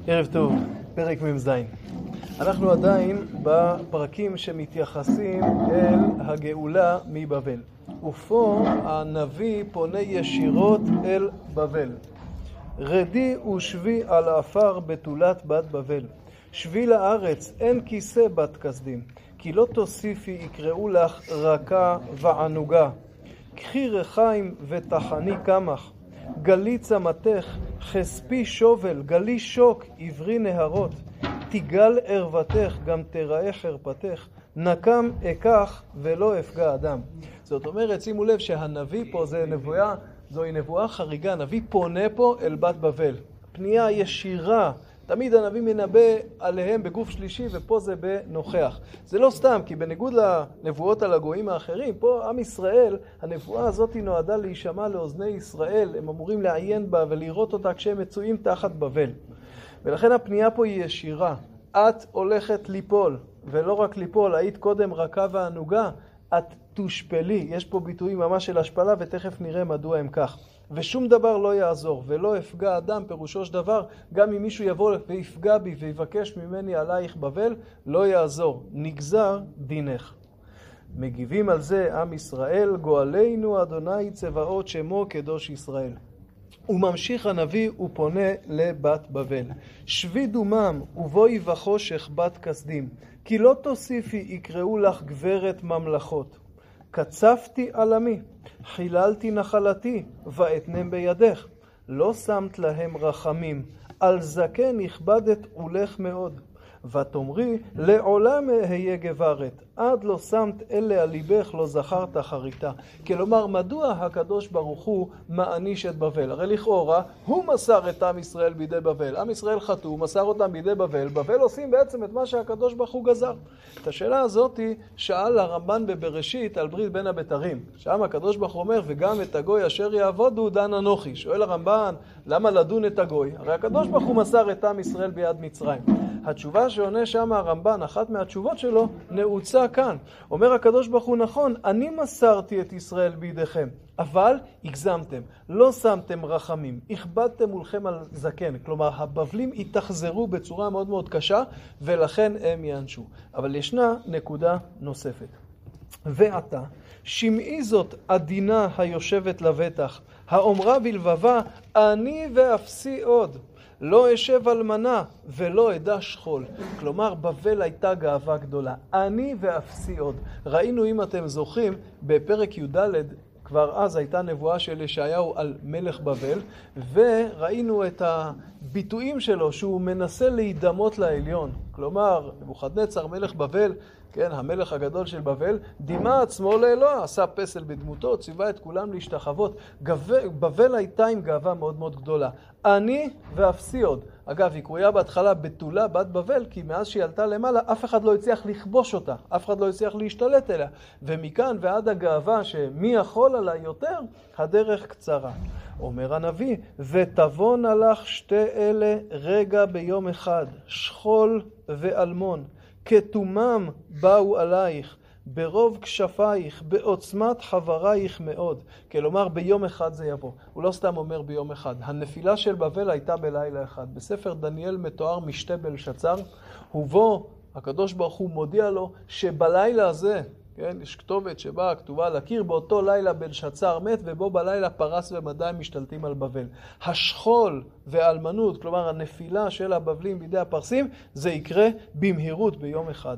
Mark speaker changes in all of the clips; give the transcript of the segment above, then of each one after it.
Speaker 1: ערב טוב, פרק מ"ז. אנחנו עדיין בפרקים שמתייחסים אל הגאולה מבבל. ופה הנביא פונה ישירות אל בבל. רדי ושבי על האפר בתולת בת בבל. שבי לארץ, אין כיסא בת כסדים. כי לא תוסיפי יקראו לך רכה וענוגה. קחי רחיים ותחני קמח. גלי צמתך, חספי שובל, גלי שוק, עברי נהרות. תיגל ערוותך, גם תראה חרפתך. נקם אקח ולא אפגע אדם. זאת אומרת, שימו לב שהנביא פה זוהי נבואה חריגה. הנביא פונה פה אל בת בבל. פנייה ישירה. תמיד הנביא מנבא עליהם בגוף שלישי, ופה זה בנוכח. זה לא סתם, כי בניגוד לנבואות על הגויים האחרים, פה עם ישראל, הנבואה הזאת נועדה להישמע לאוזני ישראל. הם אמורים לעיין בה ולראות אותה כשהם מצויים תחת בבל. ולכן הפנייה פה היא ישירה. את הולכת ליפול, ולא רק ליפול, היית קודם רכה וענוגה, את תושפלי. יש פה ביטויים ממש של השפלה, ותכף נראה מדוע הם כך. ושום דבר לא יעזור, ולא אפגע אדם, פירושו של דבר, גם אם מישהו יבוא ויפגע בי ויבקש ממני עלייך בבל, לא יעזור, נגזר דינך. מגיבים על זה עם ישראל, גואלנו אדוני צבאות שמו קדוש ישראל. הוא ממשיך הנביא ופונה לבת בבל. שבי דומם ובואי וחושך בת כסדים, כי לא תוסיפי יקראו לך גברת ממלכות. קצפתי עלמי, חיללתי נחלתי, ואתנם בידך. לא שמת להם רחמים, על זקן הכבדת עולך מאוד. ותאמרי, לעולם אהיה גברת, עד לא שמת אלה על ליבך, לא זכרת חריתה. כלומר, מדוע הקדוש ברוך הוא מעניש את בבל? הרי לכאורה, הוא מסר את עם ישראל בידי בבל. עם ישראל חטאו, מסר אותם בידי בבל. בבל עושים בעצם את מה שהקדוש ברוך הוא גזר. את השאלה הזאת שאל הרמב"ן בבראשית על ברית בין הבתרים. שם הקדוש ברוך הוא אומר, וגם את הגוי אשר יעבודו דן אנוכי. שואל הרמב"ן, למה לדון את הגוי? הרי הקדוש ברוך הוא מסר את עם ישראל ביד מצרים. התשובה שעונה שם הרמב"ן, אחת מהתשובות שלו, נעוצה כאן. אומר הקדוש ברוך הוא, נכון, אני מסרתי את ישראל בידיכם, אבל הגזמתם, לא שמתם רחמים, הכבדתם מולכם על זקן. כלומר, הבבלים התאכזרו בצורה מאוד מאוד קשה, ולכן הם יענשו. אבל ישנה נקודה נוספת. ועתה, שמעי זאת עדינה היושבת לבטח, האומרה בלבבה, אני ואפסי עוד. לא אשב אלמנה ולא אדע שכול. כלומר, בבל הייתה גאווה גדולה. אני ואפסי עוד. ראינו, אם אתם זוכרים, בפרק י"ד, כבר אז הייתה נבואה של ישעיהו על מלך בבל, וראינו את הביטויים שלו שהוא מנסה להידמות לעליון. כלומר, נבוכדנצר מלך בבל, כן, המלך הגדול של בבל, דימה עצמו לאלוה, עשה פסל בדמותו, ציווה את כולם להשתחוות. בבל הייתה עם גאווה מאוד מאוד גדולה. אני ואפסי עוד. אגב, היא קרויה בהתחלה בתולה בת בבל, כי מאז שהיא עלתה למעלה, אף אחד לא הצליח לכבוש אותה, אף אחד לא הצליח להשתלט אליה. ומכאן ועד הגאווה שמי יכול עליי יותר, הדרך קצרה. אומר הנביא, ותבון לך שתי אלה רגע ביום אחד, שכול ואלמון. כתומם באו עלייך, ברוב כשפייך, בעוצמת חברייך מאוד. כלומר, ביום אחד זה יבוא. הוא לא סתם אומר ביום אחד. הנפילה של בבל הייתה בלילה אחד. בספר דניאל מתואר משתה בלשצר, ובו הקדוש ברוך הוא מודיע לו שבלילה הזה, כן, יש כתובת שבאה כתובה על הקיר, באותו לילה בלשצר מת, ובו בלילה פרס ומדי משתלטים על בבל. השכול והאלמנות, כלומר הנפילה של הבבלים בידי הפרסים, זה יקרה במהירות ביום אחד.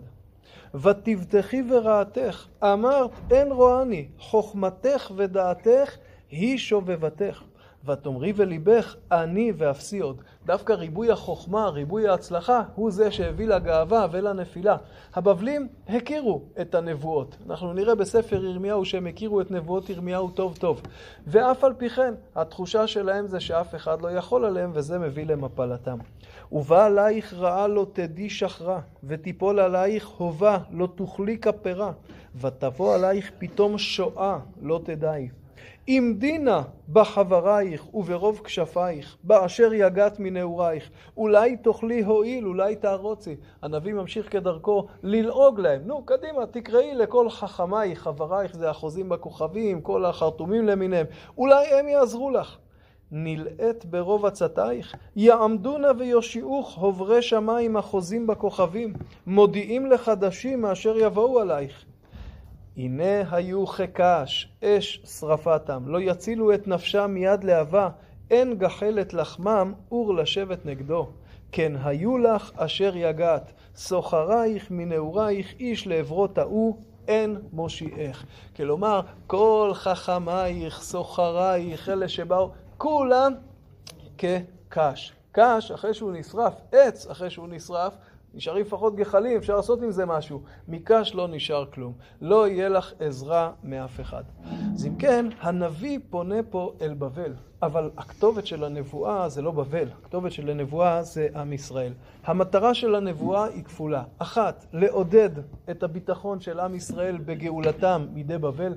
Speaker 1: ותבטחי ורעתך, אמרת אין רואני, חוכמתך ודעתך היא שובבתך. ותאמרי וליבך, אני ואפסי עוד. דווקא ריבוי החוכמה, ריבוי ההצלחה, הוא זה שהביא לגאווה ולנפילה. הבבלים הכירו את הנבואות. אנחנו נראה בספר ירמיהו שהם הכירו את נבואות ירמיהו טוב טוב. ואף על פי כן, התחושה שלהם זה שאף אחד לא יכול עליהם, וזה מביא למפלתם. ובא עלייך רעה לא תדי שחרה, ותיפול עלייך הובה לא תוכלי כפרה, ותבוא עלייך פתאום שואה לא תדעי. עמדינה בחברייך וברוב כשפייך, באשר יגעת מנעורייך, אולי תוכלי הועיל, אולי תערוצי. הנביא ממשיך כדרכו ללעוג להם. נו, קדימה, תקראי לכל חכמייך, חברייך זה החוזים בכוכבים, כל החרטומים למיניהם, אולי הם יעזרו לך. נלאת ברוב עצתייך, יעמדונה ויושיעוך הוברי שמיים החוזים בכוכבים, מודיעים לחדשים מאשר יבואו עלייך. הנה היו חקש, אש שרפתם, לא יצילו את נפשם מיד להבה, אין גחלת לחמם אור לשבת נגדו. כן היו לך אשר יגעת, סוחרייך מנעורייך איש לעברו טעו, אין מושיעך. כלומר, כל חכמייך, סוחרייך, אלה שבאו, כולם כקש. קש, אחרי שהוא נשרף, עץ אחרי שהוא נשרף, נשארים לפחות גחלים, אפשר לעשות עם זה משהו. מקש לא נשאר כלום. לא יהיה לך עזרה מאף אחד. אז אם כן, הנביא פונה פה אל בבל. אבל הכתובת של הנבואה זה לא בבל. הכתובת של הנבואה זה עם ישראל. המטרה של הנבואה היא כפולה. אחת, לעודד את הביטחון של עם ישראל בגאולתם מידי בבל.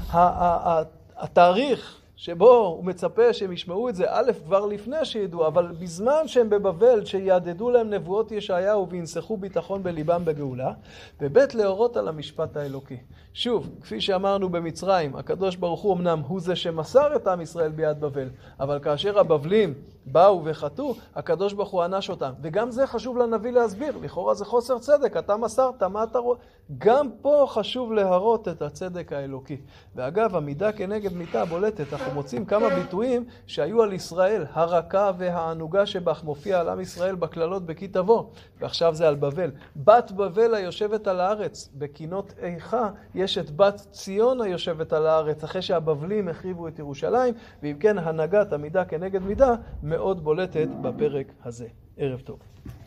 Speaker 1: התאריך שבו הוא מצפה שהם ישמעו את זה, א', כבר לפני שידעו, אבל בזמן שהם בבבל, שיעדדו להם נבואות ישעיהו וינסחו ביטחון בליבם בגאולה, וב', להורות על המשפט האלוקי. שוב, כפי שאמרנו במצרים, הקדוש ברוך הוא אמנם הוא זה שמסר את עם ישראל ביד בבל, אבל כאשר הבבלים באו וחטאו, הקדוש ברוך הוא ענש אותם. וגם זה חשוב לנביא להסביר, לכאורה זה חוסר צדק, אתה מסרת, מה אתה רואה? גם פה חשוב להראות את הצדק האלוקי. ואגב, המידה כנגד מיתה בולטת, אנחנו מוצאים כמה ביטויים שהיו על ישראל, הרכה והענוגה שבך מופיע על עם ישראל בכללות בכי תבוא, ועכשיו זה על בבל. בת בבל היושבת על הארץ, בקינות איכה יש את בת ציון היושבת על הארץ, אחרי שהבבלים החריבו את ירושלים, ואם כן הנהגת המידה כנגד מידה מאוד בולטת בפרק הזה. ערב טוב.